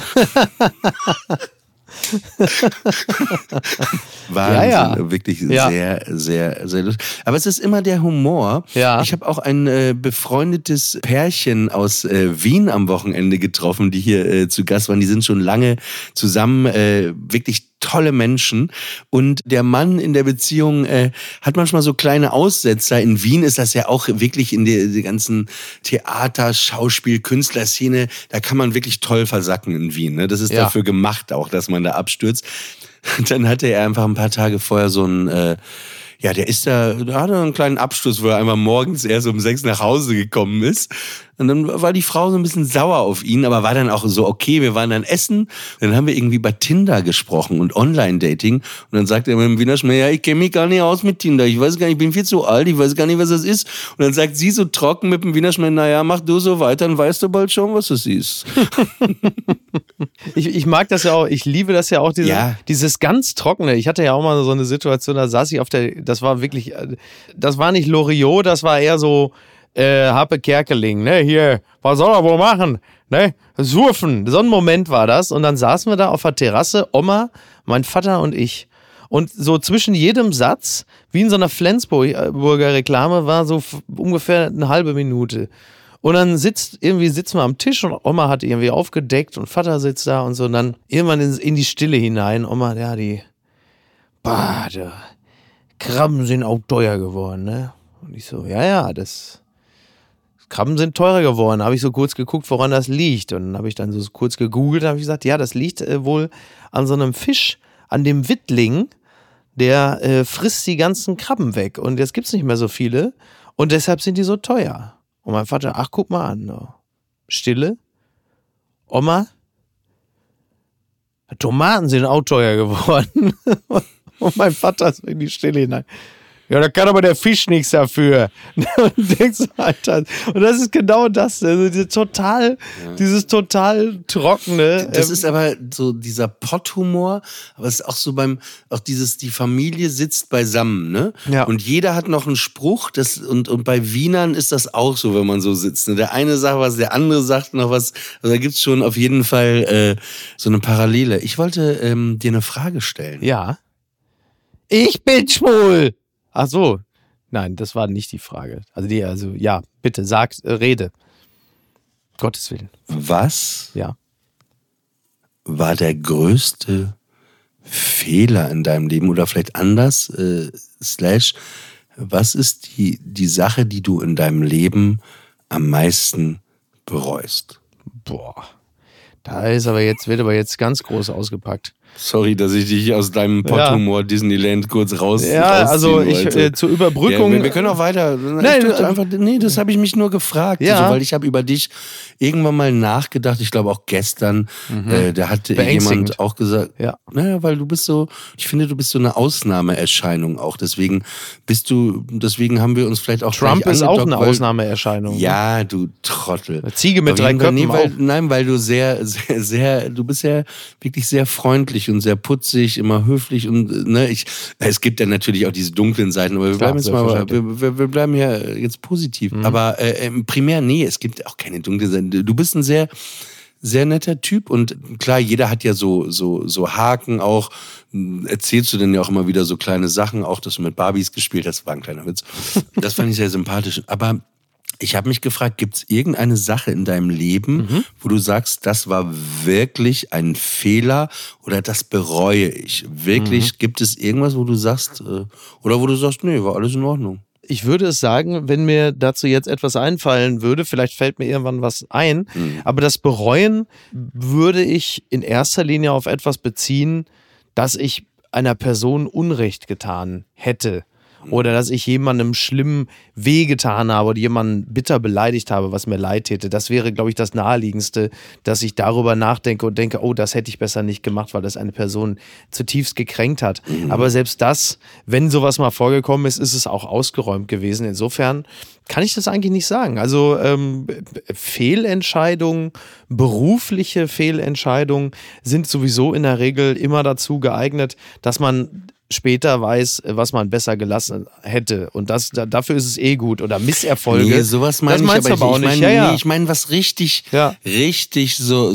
Wahnsinn, wirklich sehr, sehr, sehr lustig. Aber es ist immer der Humor. Ja. Ich habe auch ein befreundetes Pärchen aus Wien am Wochenende getroffen, die hier zu Gast waren. Die sind schon lange zusammen, wirklich tolle Menschen. Und der Mann in der Beziehung hat manchmal so kleine Aussetzer. In Wien ist das ja auch wirklich in der ganzen Theater-, Schauspiel-, Künstlerszene, da kann man wirklich toll versacken in Wien. Ne? Das ist dafür gemacht auch, dass man da abstürzt. Und dann hatte er einfach ein paar Tage vorher so ein... der hatte einen kleinen Absturz, wo er einmal morgens erst um 6 nach Hause gekommen ist. Und dann war die Frau so ein bisschen sauer auf ihn, aber war dann auch so, okay, wir waren dann essen. Dann haben wir irgendwie über Tinder gesprochen und Online-Dating. Und dann sagt er mit dem Wiener Schmäh, ja, ich kenne mich gar nicht aus mit Tinder. Ich weiß gar nicht, ich bin viel zu alt, ich weiß gar nicht, was das ist. Und dann sagt sie so trocken mit dem Wiener Schmäh, naja, mach du so weiter, dann weißt du bald schon, was das ist. Ich mag das ja auch, ich liebe das ja auch, dieses ganz Trockene. Ich hatte ja auch mal so eine Situation, da saß ich das war nicht Loriot, das war eher so Happe Kerkeling, ne, hier, was soll er wohl machen, ne, surfen, so ein Moment war das und dann saßen wir da auf der Terrasse, Oma, mein Vater und ich und so zwischen jedem Satz, wie in so einer Flensburger Reklame, war so ungefähr eine halbe Minute. Und dann sitzen wir am Tisch und Oma hat irgendwie aufgedeckt und Vater sitzt da und so. Und dann irgendwann in die Stille hinein. Oma, die Krabben sind auch teuer geworden, ne? Und ich so, Krabben sind teurer geworden. Habe ich so kurz geguckt, woran das liegt. Und dann habe ich dann so kurz gegoogelt, habe ich gesagt, ja, das liegt wohl an so einem Fisch, an dem Wittling, der frisst die ganzen Krabben weg. Und jetzt gibt's nicht mehr so viele. Und deshalb sind die so teuer. Und mein Vater, ach, guck mal an. No. Stille. Oma, Tomaten sind auch teuer geworden. Und mein Vater ist in die Stille hinein. Ja, da kann aber der Fisch nichts dafür. Und denkst du, Alter, und das ist genau das, also dieses total trockene. Das ist aber so dieser Potthumor, aber es ist auch so die Familie sitzt beisammen, ne? Ja. Und jeder hat noch einen Spruch, und bei Wienern ist das auch so, wenn man so sitzt. Ne? Der eine sagt was, der andere sagt noch was. Also da gibt's schon auf jeden Fall so eine Parallele. Ich wollte dir eine Frage stellen. Ja. Ich bin schwul. Ach so, nein, das war nicht die Frage. Ja, bitte, rede. Gottes Willen. Was Ja. war der größte Fehler in deinem Leben? Oder vielleicht anders, was ist die Sache, die du in deinem Leben am meisten bereust? Boah, wird aber jetzt ganz groß ausgepackt. Sorry, dass ich dich aus deinem Potthumor Disneyland kurz rausziehen wollte. Zur Überbrückung. Ja, wir können auch weiter. Das habe ich mich nur gefragt. Ja. So, weil ich habe über dich irgendwann mal nachgedacht. Ich glaube auch gestern, da hatte jemand auch gesagt, weil du bist so, ich finde, du bist so eine Ausnahmeerscheinung auch. Deswegen haben wir uns vielleicht auch Trump ist auch eine Ausnahmeerscheinung. Ja, du Trottel. Eine Ziege mit 3 Köpfen weil du sehr, sehr, sehr, du bist ja wirklich sehr freundlich und sehr putzig, immer höflich und es gibt ja natürlich auch diese dunklen Seiten, aber wir bleiben ja jetzt positiv. Aber primär, es gibt auch keine dunklen Seiten. Du bist ein sehr, sehr netter Typ und klar, jeder hat ja so Haken auch. Erzählst du denn ja auch immer wieder so kleine Sachen, auch dass du mit Barbies gespielt hast, war ein kleiner Witz. Das fand ich sehr sympathisch. Aber ich habe mich gefragt, gibt es irgendeine Sache in deinem Leben, wo du sagst, das war wirklich ein Fehler oder das bereue ich? Wirklich, gibt es irgendwas, wo du sagst, nee, war alles in Ordnung? Ich würde es sagen, wenn mir dazu jetzt etwas einfallen würde, vielleicht fällt mir irgendwann was ein, aber das Bereuen würde ich in erster Linie auf etwas beziehen, dass ich einer Person Unrecht getan hätte. oder dass ich jemandem schlimm wehgetan habe oder jemanden bitter beleidigt habe, was mir leid täte. Das wäre, glaube ich, das Naheliegendste, dass ich darüber nachdenke und denke, oh, das hätte ich besser nicht gemacht, weil das eine Person zutiefst gekränkt hat. Aber selbst das, wenn sowas mal vorgekommen ist, ist es auch ausgeräumt gewesen. Insofern kann ich das eigentlich nicht sagen. Also Fehlentscheidungen, berufliche Fehlentscheidungen sind sowieso in der Regel immer dazu geeignet, dass man später weiß, was man besser gelassen hätte. Und dafür ist es eh gut. Oder Misserfolge. Nee, sowas meine das ich aber auch nicht. nicht. Ich meine was richtig, richtig so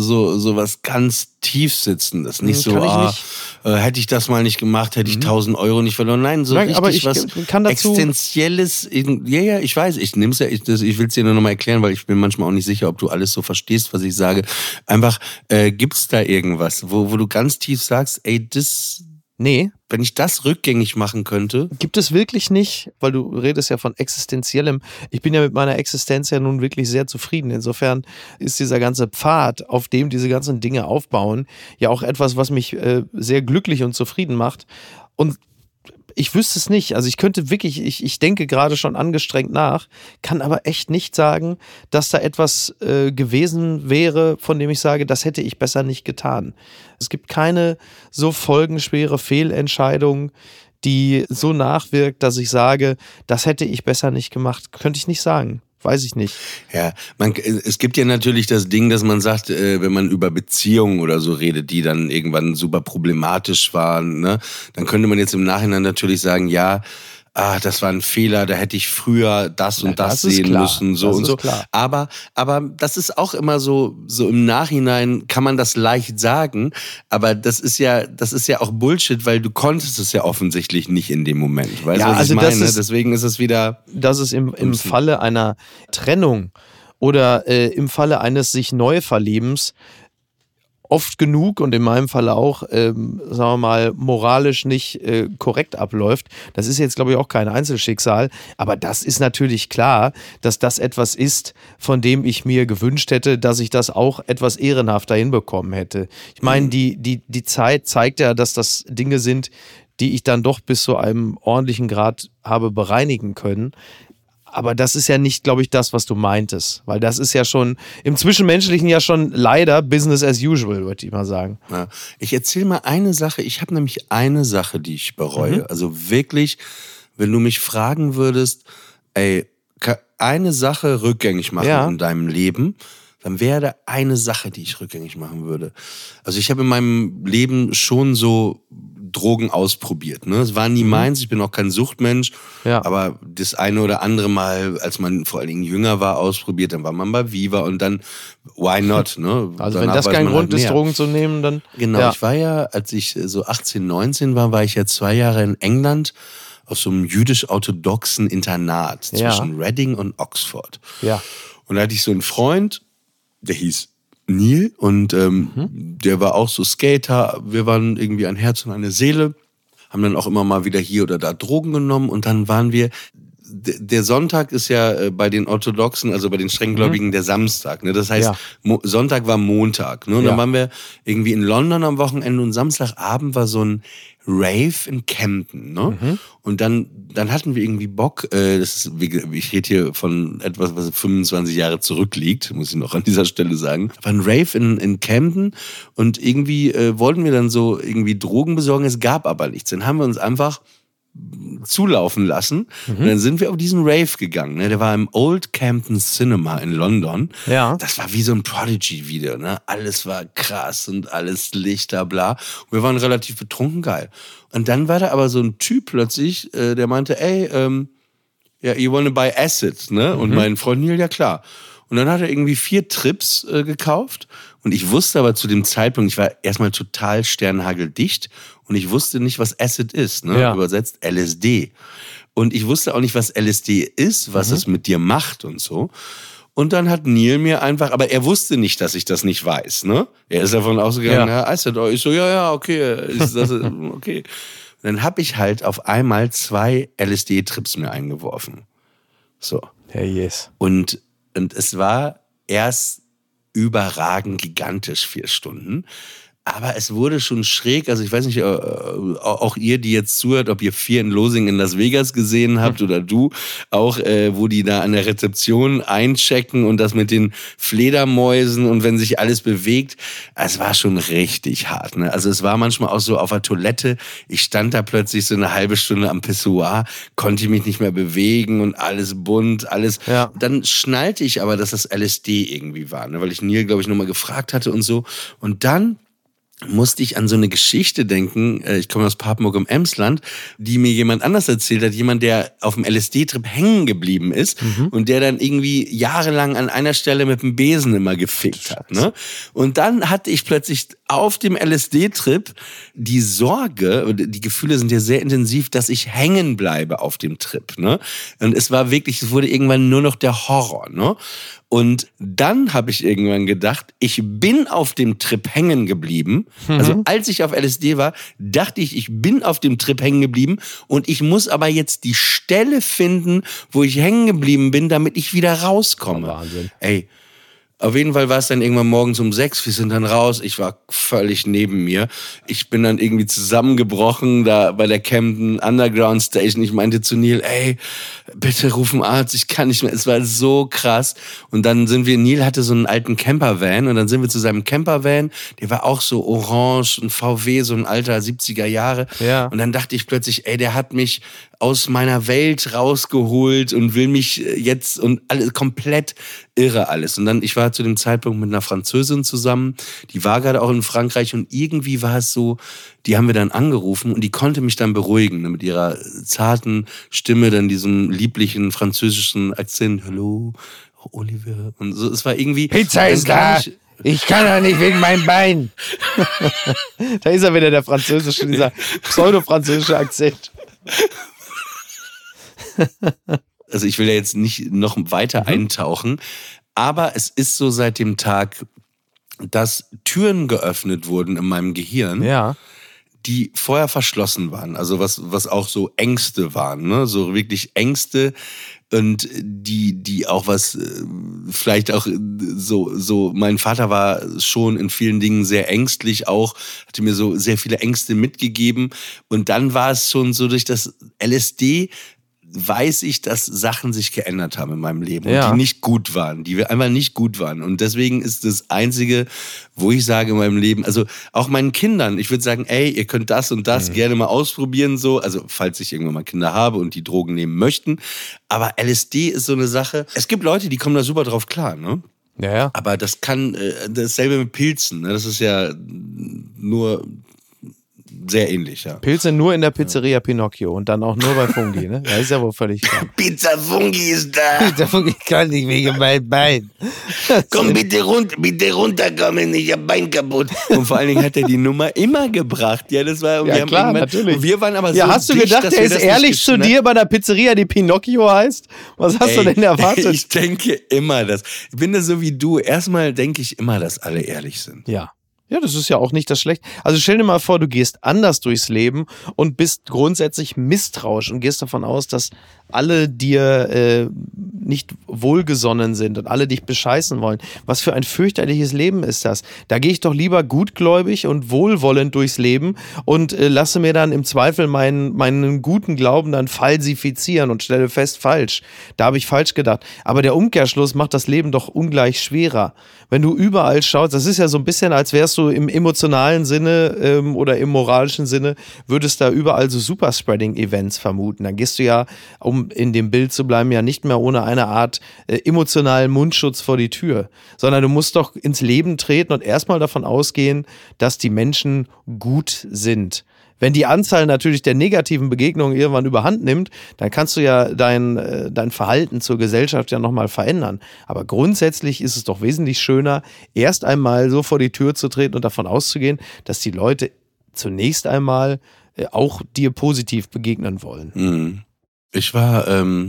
was ganz Tiefsitzendes. Nicht so, hätte ich das mal nicht gemacht, hätte ich 1.000 Euro nicht verloren. Nein, so richtig aber ich was kann dazu Existenzielles. Ja, ich weiß. Ich nehm's ja, ich will es dir nur nochmal erklären, weil ich bin manchmal auch nicht sicher, ob du alles so verstehst, was ich sage. Einfach, gibt's da irgendwas, wo du ganz tief sagst, ey, Nee. Wenn ich das rückgängig machen könnte. Gibt es wirklich nicht, weil du redest ja von Existenziellem. Ich bin ja mit meiner Existenz ja nun wirklich sehr zufrieden. Insofern ist dieser ganze Pfad, auf dem diese ganzen Dinge aufbauen, ja auch etwas, was mich sehr glücklich und zufrieden macht. Und ich wüsste es nicht. Also ich könnte wirklich, ich denke gerade schon angestrengt nach, kann aber echt nicht sagen, dass da etwas gewesen wäre, von dem ich sage, das hätte ich besser nicht getan. Es gibt keine so folgenschwere Fehlentscheidung, die so nachwirkt, dass ich sage, das hätte ich besser nicht gemacht. Könnte ich nicht sagen. Weiß ich nicht. Ja, es gibt ja natürlich das Ding, dass man sagt, wenn man über Beziehungen oder so redet, die dann irgendwann super problematisch waren, ne, dann könnte man jetzt im Nachhinein natürlich sagen, ja, das war ein Fehler, da hätte ich früher das und das sehen müssen, so und so. Aber das ist auch immer so im Nachhinein kann man das leicht sagen, aber das ist ja auch Bullshit, weil du konntest es ja offensichtlich nicht in dem Moment. Weißt du, was ich meine? Deswegen ist es wieder. Das ist im Falle einer Trennung oder im Falle eines sich Neuverliebens oft genug und in meinem Fall auch, sagen wir mal, moralisch nicht korrekt abläuft. Das ist jetzt, glaube ich, auch kein Einzelschicksal, aber das ist natürlich klar, dass das etwas ist, von dem ich mir gewünscht hätte, dass ich das auch etwas ehrenhafter hinbekommen hätte. Ich meine, die Zeit zeigt ja, dass das Dinge sind, die ich dann doch bis zu einem ordentlichen Grad habe bereinigen können. Aber das ist ja nicht, glaube ich, das, was du meintest. Weil das ist ja schon im Zwischenmenschlichen ja schon leider Business as usual, würde ich mal sagen. Ja. Ich erzähle mal eine Sache. Ich habe nämlich eine Sache, die ich bereue. Also wirklich, wenn du mich fragen würdest, ey, eine Sache rückgängig machen in deinem Leben, dann wäre da eine Sache, die ich rückgängig machen würde. Also ich habe in meinem Leben schon so Drogen ausprobiert. Ne? Es war nie meins, ich bin auch kein Suchtmensch, aber das eine oder andere Mal, als man vor allen Dingen jünger war, ausprobiert, dann war man bei Viva und dann, why not? Ne? Also wenn das kein Grund ist, Drogen zu nehmen, dann... Genau, ich war ja, als ich so 18, 19 war ich ja 2 Jahre in England auf so einem jüdisch-orthodoxen Internat zwischen Reading und Oxford. Ja. Und da hatte ich so einen Freund, der hieß Neil und der war auch so Skater. Wir waren irgendwie ein Herz und eine Seele, haben dann auch immer mal wieder hier oder da Drogen genommen und dann waren wir, der Sonntag ist ja bei den Orthodoxen, also bei den Strenggläubigen der Samstag, ne? Das heißt, Sonntag war Montag, ne? Und dann waren wir irgendwie in London am Wochenende und Samstagabend war so ein Rave in Camden, ne? Und dann hatten wir irgendwie Bock, ich rede hier von etwas, was 25 Jahre zurückliegt, muss ich noch an dieser Stelle sagen. War ein Rave in Camden und irgendwie wollten wir dann so irgendwie Drogen besorgen, es gab aber nichts. Dann haben wir uns einfach zulaufen lassen und dann sind wir auf diesen Rave gegangen. Ne? Der war im Old Camden Cinema in London. Ja. Das war wie so ein Prodigy-Video. Ne? Alles war krass und alles Lichter, bla. Und wir waren relativ betrunken, geil. Und dann war da aber so ein Typ plötzlich, der meinte, ey, you wanna buy acid? Ne? Und mein Freund Neil, ja klar. Und dann hat er irgendwie 4 Trips gekauft. Und ich wusste aber zu dem Zeitpunkt, ich war erstmal total sternhageldicht und ich wusste nicht, was Acid ist, ne? Ja. Übersetzt LSD. Und ich wusste auch nicht, was LSD ist, was es mit dir macht und so. Und dann hat Neil mir einfach, aber er wusste nicht, dass ich das nicht weiß, ne? Er ist davon ausgegangen, ja, Acid. Ich so, ja, okay, ist das okay. Und dann habe ich halt auf einmal 2 LSD-Trips mir eingeworfen. So. Hey, yes. Und es war erst überragend gigantisch 4 Stunden. Aber es wurde schon schräg. Also ich weiß nicht, auch ihr, die jetzt zuhört, ob ihr Fear and Loathing in Las Vegas gesehen habt oder du auch, wo die da an der Rezeption einchecken und das mit den Fledermäusen und wenn sich alles bewegt. Es war schon richtig hart. Ne? Also es war manchmal auch so auf der Toilette. Ich stand da plötzlich so eine halbe Stunde am Pissoir, konnte mich nicht mehr bewegen und alles bunt, alles. Ja. Dann schnallte ich aber, dass das LSD irgendwie war, ne? Weil ich Neil, glaube ich, nochmal gefragt hatte und so. Und dann musste ich an so eine Geschichte denken, ich komme aus Papenburg im Emsland, die mir jemand anders erzählt hat, jemand, der auf dem LSD-Trip hängen geblieben ist und der dann irgendwie jahrelang an einer Stelle mit dem Besen immer gefickt hat. Ne? Und dann hatte ich plötzlich auf dem LSD-Trip die Sorge, die Gefühle sind ja sehr intensiv, dass ich hängen bleibe auf dem Trip. Ne? Und es wurde irgendwann nur noch der Horror. Ne? Und dann habe ich irgendwann gedacht, ich bin auf dem Trip hängen geblieben. Also als ich auf LSD war, dachte ich bin auf dem Trip hängen geblieben und ich muss aber jetzt die Stelle finden, wo ich hängen geblieben bin, damit ich wieder rauskomme. Wahnsinn. Ey, auf jeden Fall war es dann irgendwann morgens um 6, wir sind dann raus, ich war völlig neben mir. Ich bin dann irgendwie zusammengebrochen da bei der Camden Underground Station. Ich meinte zu Neil, ey, bitte ruf einen Arzt, ich kann nicht mehr. Es war so krass. Und dann Neil hatte so einen alten Campervan und dann sind wir zu seinem Campervan, der war auch so orange, ein VW, so ein alter 70er Jahre. Ja. Und dann dachte ich plötzlich, ey, der hat mich aus meiner Welt rausgeholt und will mich jetzt und alles komplett irre alles. Und dann, ich war zu dem Zeitpunkt mit einer Französin zusammen, die war gerade auch in Frankreich und irgendwie war es so, die haben wir dann angerufen und die konnte mich dann beruhigen, ne, mit ihrer zarten Stimme, dann diesem lieblichen französischen Akzent, hallo, Oliver, und so, es war irgendwie... Pizza ist da! Ich kann ja nicht wegen meinem Bein. Da ist er wieder, der französische, dieser pseudo-französische Akzent. Also ich will ja jetzt nicht noch weiter eintauchen, aber es ist so seit dem Tag, dass Türen geöffnet wurden in meinem Gehirn, Ja. die vorher verschlossen waren. Also was auch so Ängste waren, ne? So wirklich Ängste und die auch was, vielleicht auch so, mein Vater war schon in vielen Dingen sehr ängstlich auch, hatte mir so sehr viele Ängste mitgegeben und dann war es schon so durch das LSD, weiß ich, dass Sachen sich geändert haben in meinem Leben und die nicht gut waren, die einfach nicht gut waren. Und deswegen ist das Einzige, wo ich sage in meinem Leben, also auch meinen Kindern, ich würde sagen, ey, ihr könnt das und das gerne mal ausprobieren, so, also falls ich irgendwann mal Kinder habe und die Drogen nehmen möchten. Aber LSD ist so eine Sache, es gibt Leute, die kommen da super drauf klar, ne? Ja, ja. Aber das kann, dasselbe mit Pilzen, ne? Das ist ja nur sehr ähnlich, ja. Pilze nur in der Pizzeria Pinocchio und dann auch nur bei Fungi, ne? Das ist ja wohl völlig klar. Pizza Fungi ist da! Pizza Fungi kann nicht wegen meinem Bein. Komm bitte runterkommen, ich hab Bein kaputt. Und vor allen Dingen hat er die Nummer immer gebracht. Ja, das war, Ja, klar, natürlich. Und wir waren aber Ja, so hast du dicht, gedacht, dass der wir ist das ehrlich nicht zu geschnallt- dir bei einer Pizzeria, die Pinocchio heißt? Was hast du denn erwartet? Ich denke immer das. Ich bin da so wie du. Erstmal denke ich immer, dass alle ehrlich sind. Ja. Ja, das ist ja auch nicht das Schlechte. Also stell dir mal vor, du gehst anders durchs Leben und bist grundsätzlich misstrauisch und gehst davon aus, dass alle dir nicht wohlgesonnen sind und alle dich bescheißen wollen. Was für ein fürchterliches Leben ist das? Da gehe ich doch lieber gutgläubig und wohlwollend durchs Leben und lasse mir dann im Zweifel meinen guten Glauben dann falsifizieren und stelle fest, falsch. Da habe ich falsch gedacht. Aber der Umkehrschluss macht das Leben doch ungleich schwerer. Wenn du überall schaust, das ist ja so ein bisschen, als wärst du im emotionalen Sinne oder im moralischen Sinne, würdest da überall so Superspreading-Events vermuten. Dann gehst du ja, um in dem Bild zu bleiben, ja nicht mehr ohne eine Art emotionalen Mundschutz vor die Tür, sondern du musst doch ins Leben treten und erstmal davon ausgehen, dass die Menschen gut sind. Wenn die Anzahl natürlich der negativen Begegnungen irgendwann überhand nimmt, dann kannst du ja dein Verhalten zur Gesellschaft ja nochmal verändern. Aber grundsätzlich ist es doch wesentlich schöner, erst einmal so vor die Tür zu treten und davon auszugehen, dass die Leute zunächst einmal auch dir positiv begegnen wollen. Ich war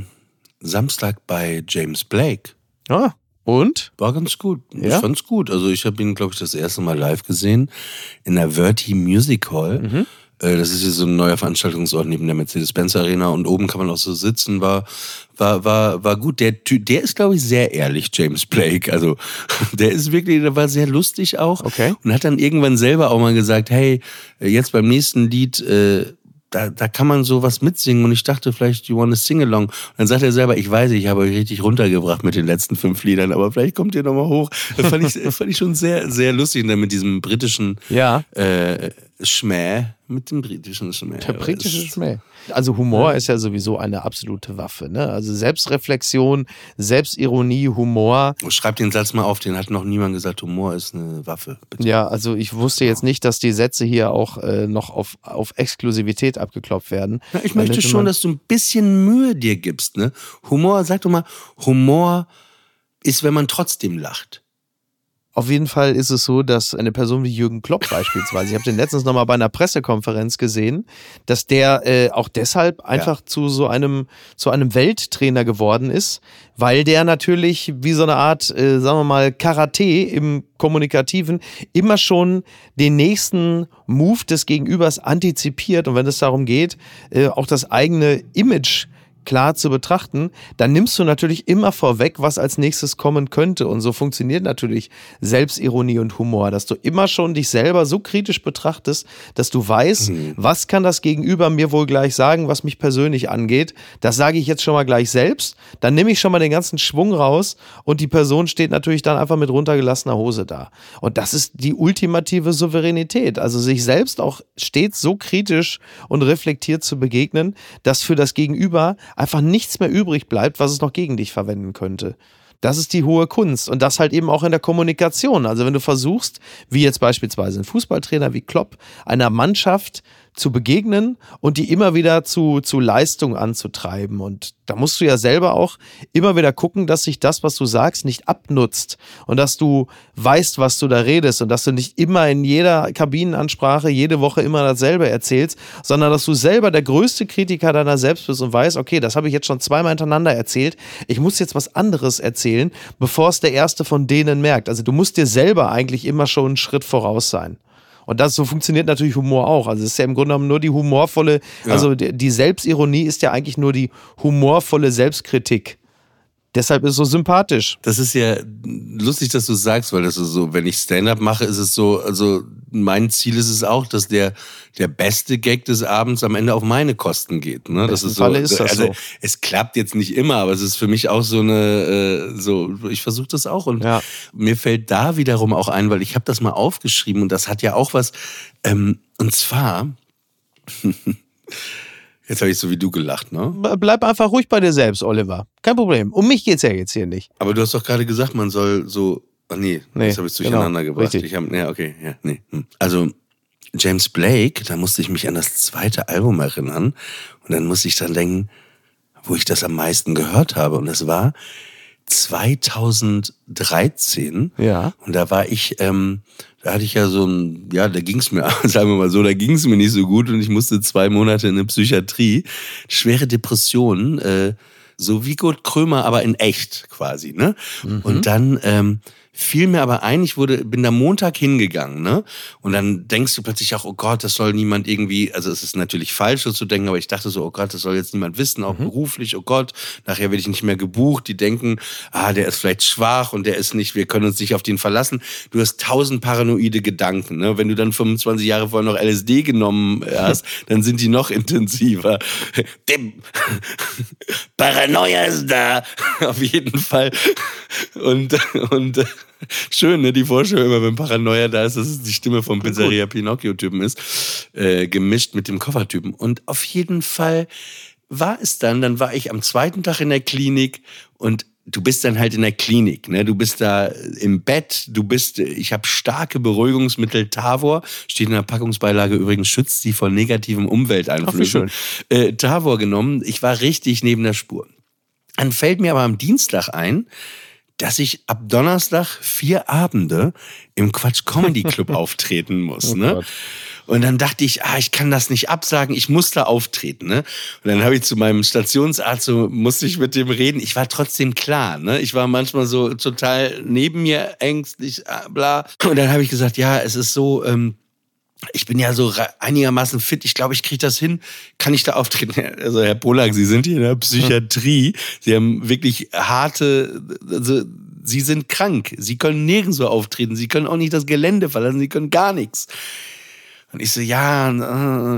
Samstag bei James Blake. Ah, und? War ganz gut. Ja? Ich fand's gut. Also ich habe ihn, glaube ich, das erste Mal live gesehen in der Verti Music Hall. Das ist hier so ein neuer Veranstaltungsort neben der Mercedes-Benz Arena und oben kann man auch so sitzen, war gut. Der ist, glaube ich, sehr ehrlich, James Blake. Also der war sehr lustig auch. Okay. Und hat dann irgendwann selber auch mal gesagt, hey, jetzt beim nächsten Lied, da kann man sowas mitsingen und ich dachte vielleicht, you wanna sing along. Und dann sagt er selber, ich weiß, ich habe euch richtig runtergebracht mit den letzten 5 Liedern, aber vielleicht kommt ihr nochmal hoch. Das fand ich schon sehr, sehr lustig, und dann mit diesem britischen Schmäh. Mit dem britischen Schmäh. Der britische Schmäh. Also Humor ist ja sowieso eine absolute Waffe. Ne? Also Selbstreflexion, Selbstironie, Humor. Schreib den Satz mal auf, den hat noch niemand gesagt, Humor ist eine Waffe. Bitte. Ja, also ich wusste jetzt nicht, dass die Sätze hier auch noch auf Exklusivität abgeklopft werden. Ja, ich möchte schon, dass du ein bisschen Mühe dir gibst. Ne? Humor, sag doch mal, Humor ist, wenn man trotzdem lacht. Auf jeden Fall ist es so, dass eine Person wie Jürgen Klopp beispielsweise, ich habe den letztens nochmal bei einer Pressekonferenz gesehen, dass der auch deshalb einfach zu einem Welttrainer geworden ist, weil der natürlich wie so eine Art, sagen wir mal, Karate im Kommunikativen immer schon den nächsten Move des Gegenübers antizipiert, und wenn es darum geht, auch das eigene Image klar zu betrachten, dann nimmst du natürlich immer vorweg, was als nächstes kommen könnte. Und so funktioniert natürlich Selbstironie und Humor, dass du immer schon dich selber so kritisch betrachtest, dass du weißt, was kann das Gegenüber mir wohl gleich sagen, was mich persönlich angeht. Das sage ich jetzt schon mal gleich selbst. Dann nehme ich schon mal den ganzen Schwung raus und die Person steht natürlich dann einfach mit runtergelassener Hose da. Und das ist die ultimative Souveränität. Also sich selbst auch stets so kritisch und reflektiert zu begegnen, dass für das Gegenüber einfach nichts mehr übrig bleibt, was es noch gegen dich verwenden könnte. Das ist die hohe Kunst, und das halt eben auch in der Kommunikation. Also wenn du versuchst, wie jetzt beispielsweise ein Fußballtrainer wie Klopp, einer Mannschaft zu begegnen und die immer wieder zu Leistung anzutreiben. Und da musst du ja selber auch immer wieder gucken, dass sich das, was du sagst, nicht abnutzt und dass du weißt, was du da redest und dass du nicht immer in jeder Kabinenansprache jede Woche immer dasselbe erzählst, sondern dass du selber der größte Kritiker deiner selbst bist und weißt, okay, das habe ich jetzt schon 2-mal hintereinander erzählt, ich muss jetzt was anderes erzählen, bevor es der Erste von denen merkt. Also du musst dir selber eigentlich immer schon einen Schritt voraus sein. Und so funktioniert natürlich Humor auch. Also es ist ja im Grunde genommen nur die humorvolle, also die Selbstironie ist ja eigentlich nur die humorvolle Selbstkritik. Deshalb ist es so sympathisch. Das ist ja lustig, dass du sagst, weil das ist so, wenn ich Stand-up mache, ist es so, also mein Ziel ist es auch, dass der beste Gag des Abends am Ende auf meine Kosten geht. Ne? Das ist so, Falle ist das also so. Es klappt jetzt nicht immer, aber es ist für mich auch so ich versuche das auch, und mir fällt da wiederum auch ein, weil ich habe das mal aufgeschrieben und das hat ja auch was, und zwar jetzt habe ich so wie du gelacht, ne? Bleib einfach ruhig bei dir selbst, Oliver. Kein Problem. Um mich geht's ja jetzt hier nicht. Aber du hast doch gerade gesagt, man soll so. Ach nee, das habe ich durcheinander gebracht. Richtig. Also James Blake, da musste ich mich an das 2. Album erinnern. Und dann musste ich dran denken, wo ich das am meisten gehört habe. Und das war 2013. Ja. Und da war ich, da hatte ich ja da ging's mir, sagen wir mal so, da ging's mir nicht so gut und ich musste 2 Monate in eine Psychiatrie. Schwere Depressionen, so wie Kurt Krömer, aber in echt quasi, ne? Und dann fiel mir aber ein, bin da Montag hingegangen, ne? Und dann denkst du plötzlich auch, oh Gott, das soll niemand irgendwie, also es ist natürlich falsch, so zu denken, aber ich dachte so, oh Gott, das soll jetzt niemand wissen, auch beruflich, oh Gott, nachher werde ich nicht mehr gebucht, die denken, der ist vielleicht schwach und der ist nicht, wir können uns nicht auf den verlassen. Du hast 1000 paranoide Gedanken, ne? Wenn du dann 25 Jahre vorher noch LSD genommen hast, dann sind die noch intensiver. Paranoia ist da, auf jeden Fall. Und schön, ne, die Vorstellung immer, wenn Paranoia da ist, dass es die Stimme vom Pizzeria Pinocchio-Typen ist, gemischt mit dem Koffertypen. Und auf jeden Fall war es dann war ich am 2. Tag in der Klinik und du bist dann halt in der Klinik, ne? Du bist da im Bett, ich habe starke Beruhigungsmittel, Tavor, steht in der Packungsbeilage übrigens, schützt sie vor negativem Umwelteinflüssen. Tavor genommen, ich war richtig neben der Spur. Dann fällt mir aber am Dienstag ein, dass ich ab Donnerstag 4 Abende im Quatsch Comedy Club auftreten muss, ne? Gott. Und dann dachte ich, ich kann das nicht absagen, ich muss da auftreten, ne? Und dann habe ich zu meinem Stationsarzt, musste ich mit dem reden. Ich war trotzdem klar, ne? Ich war manchmal so total neben mir, ängstlich, bla. Und dann habe ich gesagt, es ist so, ich bin ja so einigermaßen fit. Ich glaube, ich kriege das hin. Kann ich da auftreten? Also Herr Polak, Sie sind hier in der Psychiatrie. Sie haben wirklich harte, also Sie sind krank. Sie können nirgendwo auftreten. Sie können auch nicht das Gelände verlassen. Sie können gar nichts. Und ich so, ja,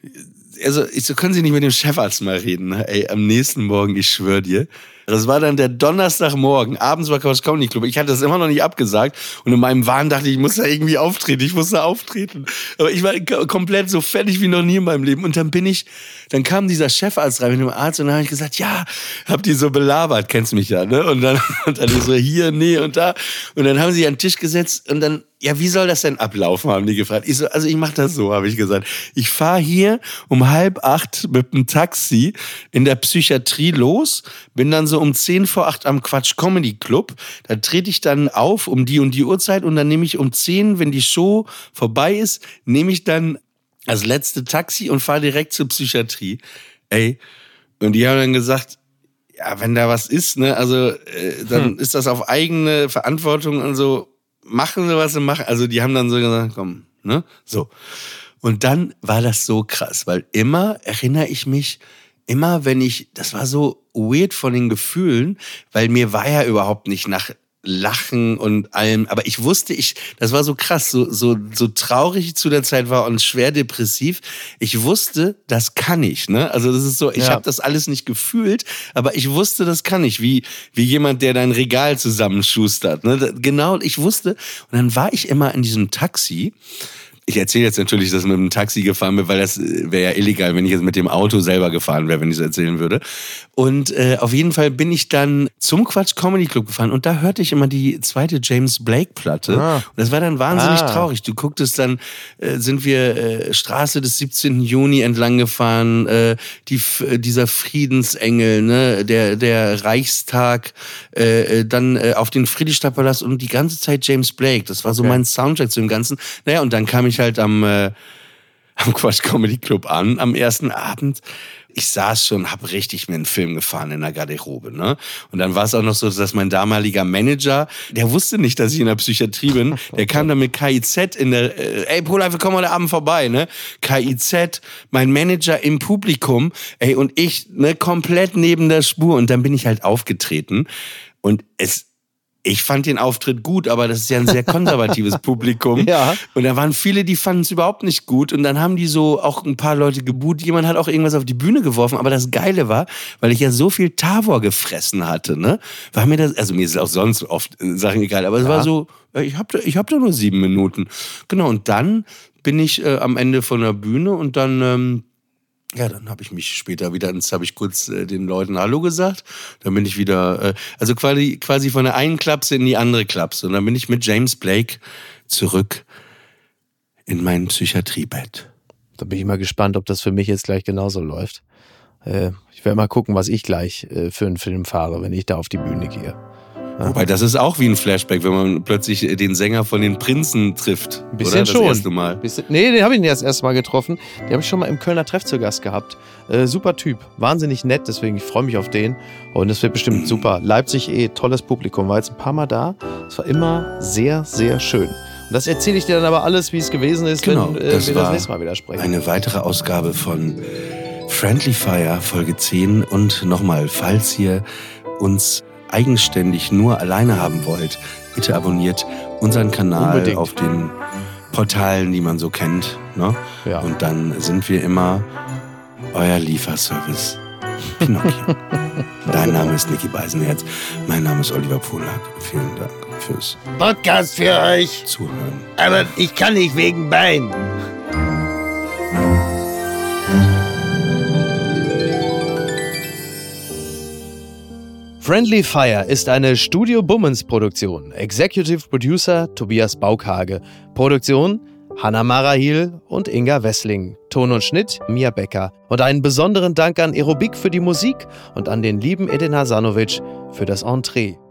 also ich so, können Sie nicht mit dem Chefarzt mal reden? Ey, am nächsten Morgen, ich schwöre dir. Das war dann der Donnerstagmorgen. Abends war Quatsch Comedy Club. Ich hatte das immer noch nicht abgesagt. Und in meinem Wahn dachte ich muss da irgendwie auftreten. Ich muss da auftreten. Aber ich war komplett so fertig wie noch nie in meinem Leben. Und dann kam dieser Chefarzt rein mit dem Arzt und dann habe ich gesagt, ja, hab die so belabert, kennst mich ja, ne? Und dann so hier, nee und da. Und dann haben sie an den Tisch gesetzt und dann, ja, wie soll das denn ablaufen, haben die gefragt. Ich so, also ich mach das so, habe ich gesagt. Ich fahre hier um 7:30 mit dem Taxi in der Psychiatrie los, bin dann so um 7:50 am Quatsch Comedy Club. Da trete ich dann auf um die und die Uhrzeit und dann nehme ich um 10, wenn die Show vorbei ist, nehme ich dann das letzte Taxi und fahre direkt zur Psychiatrie. Ey, und die haben dann gesagt, ja, wenn da was ist, ne, also dann ist das auf eigene Verantwortung und so, machen sie, was sie machen. Also die haben dann so gesagt, komm, ne, so. Und dann war das so krass, weil erinnere ich mich, wenn das war so weird von den Gefühlen, weil mir war ja überhaupt nicht nach Lachen und allem, aber ich wusste, das war so krass, so traurig ich zu der Zeit war und schwer depressiv, ich wusste, das kann ich, ne? Also das ist so, ich habe das alles nicht gefühlt, aber ich wusste, das kann ich, wie jemand, der dein Regal zusammenschustert, ne? Genau, ich wusste, und dann war ich immer in diesem Taxi. Ich erzähle jetzt natürlich, dass ich mit dem Taxi gefahren bin, weil das wäre ja illegal, wenn ich jetzt mit dem Auto selber gefahren wäre, wenn ich es erzählen würde. Und auf jeden Fall bin ich dann zum Quatsch Comedy Club gefahren und da hörte ich immer die zweite James Blake Platte. Und das war dann wahnsinnig traurig. Du gucktest dann, sind wir Straße des 17. Juni entlang gefahren, dieser Friedensengel, ne, der Reichstag, dann auf den Friedrichstadtpalast und die ganze Zeit James Blake. Das war so mein Soundtrack zu dem Ganzen. Naja, und dann kam ich halt am Quatsch Comedy Club an, am ersten Abend. Ich saß schon, hab richtig mir einen Film gefahren in der Garderobe, ne? Und dann war es auch noch so, dass mein damaliger Manager, der wusste nicht, dass ich in der Psychiatrie bin, der kam dann mit KIZ ey Polak, wir kommen heute Abend vorbei, ne? KIZ, mein Manager im Publikum, ey, und ich, ne, komplett neben der Spur. Und dann bin ich halt aufgetreten und ich fand den Auftritt gut, aber das ist ja ein sehr konservatives Publikum. Ja. Und da waren viele, die fanden es überhaupt nicht gut. Und dann haben die so auch ein paar Leute geboot. Jemand hat auch irgendwas auf die Bühne geworfen. Aber das Geile war, weil ich ja so viel Tavor gefressen hatte, ne, war mir das, also mir ist auch sonst oft Sachen egal, aber es war so, ich hab da nur 7 Minuten. Genau, und dann bin ich am Ende von der Bühne und dann dann habe ich mich später wieder, habe ich kurz den Leuten Hallo gesagt. Dann bin ich wieder, also quasi von der einen Klapse in die andere Klapse. Und dann bin ich mit James Blake zurück in mein Psychiatriebett. Da bin ich mal gespannt, ob das für mich jetzt gleich genauso läuft. Ich werde mal gucken, was ich gleich für einen Film fahre, wenn ich da auf die Bühne gehe. Wobei, das ist auch wie ein Flashback, wenn man plötzlich den Sänger von den Prinzen trifft. Ein bisschen oder? Das schon. Erste Mal. Nee, den habe ich nicht das erste Mal getroffen. Den habe ich schon mal im Kölner Treff zu Gast gehabt. Super Typ, wahnsinnig nett, deswegen ich freue mich auf den. Und es wird bestimmt super. Leipzig tolles Publikum, war jetzt ein paar Mal da. Es war immer sehr, sehr schön. Und das erzähle ich dir dann aber alles, wie es gewesen ist, genau, wenn wir das nächste Mal wieder sprechen. Eine weitere Ausgabe von Friendly Fire, Folge 10. Und nochmal, falls ihr uns eigenständig nur alleine haben wollt, bitte abonniert unseren Kanal unbedingt auf den Portalen, die man so kennt. Ne? Ja. Und dann sind wir immer euer Lieferservice. Pinocchio. Dein Name ist Micky Beisenherz. Mein Name ist Oliver Polak. Vielen Dank fürs Podcast für euch. Zuhören. Aber ich kann nicht wegen Bein. Friendly Fire ist eine Studio Bummens Produktion. Executive Producer Tobias Baukhage. Produktion Hanna Marahil und Inga Wessling. Ton und Schnitt Mia Becker. Und einen besonderen Dank an Aerobik für die Musik und an den lieben Edin Hasanovic für das Entree.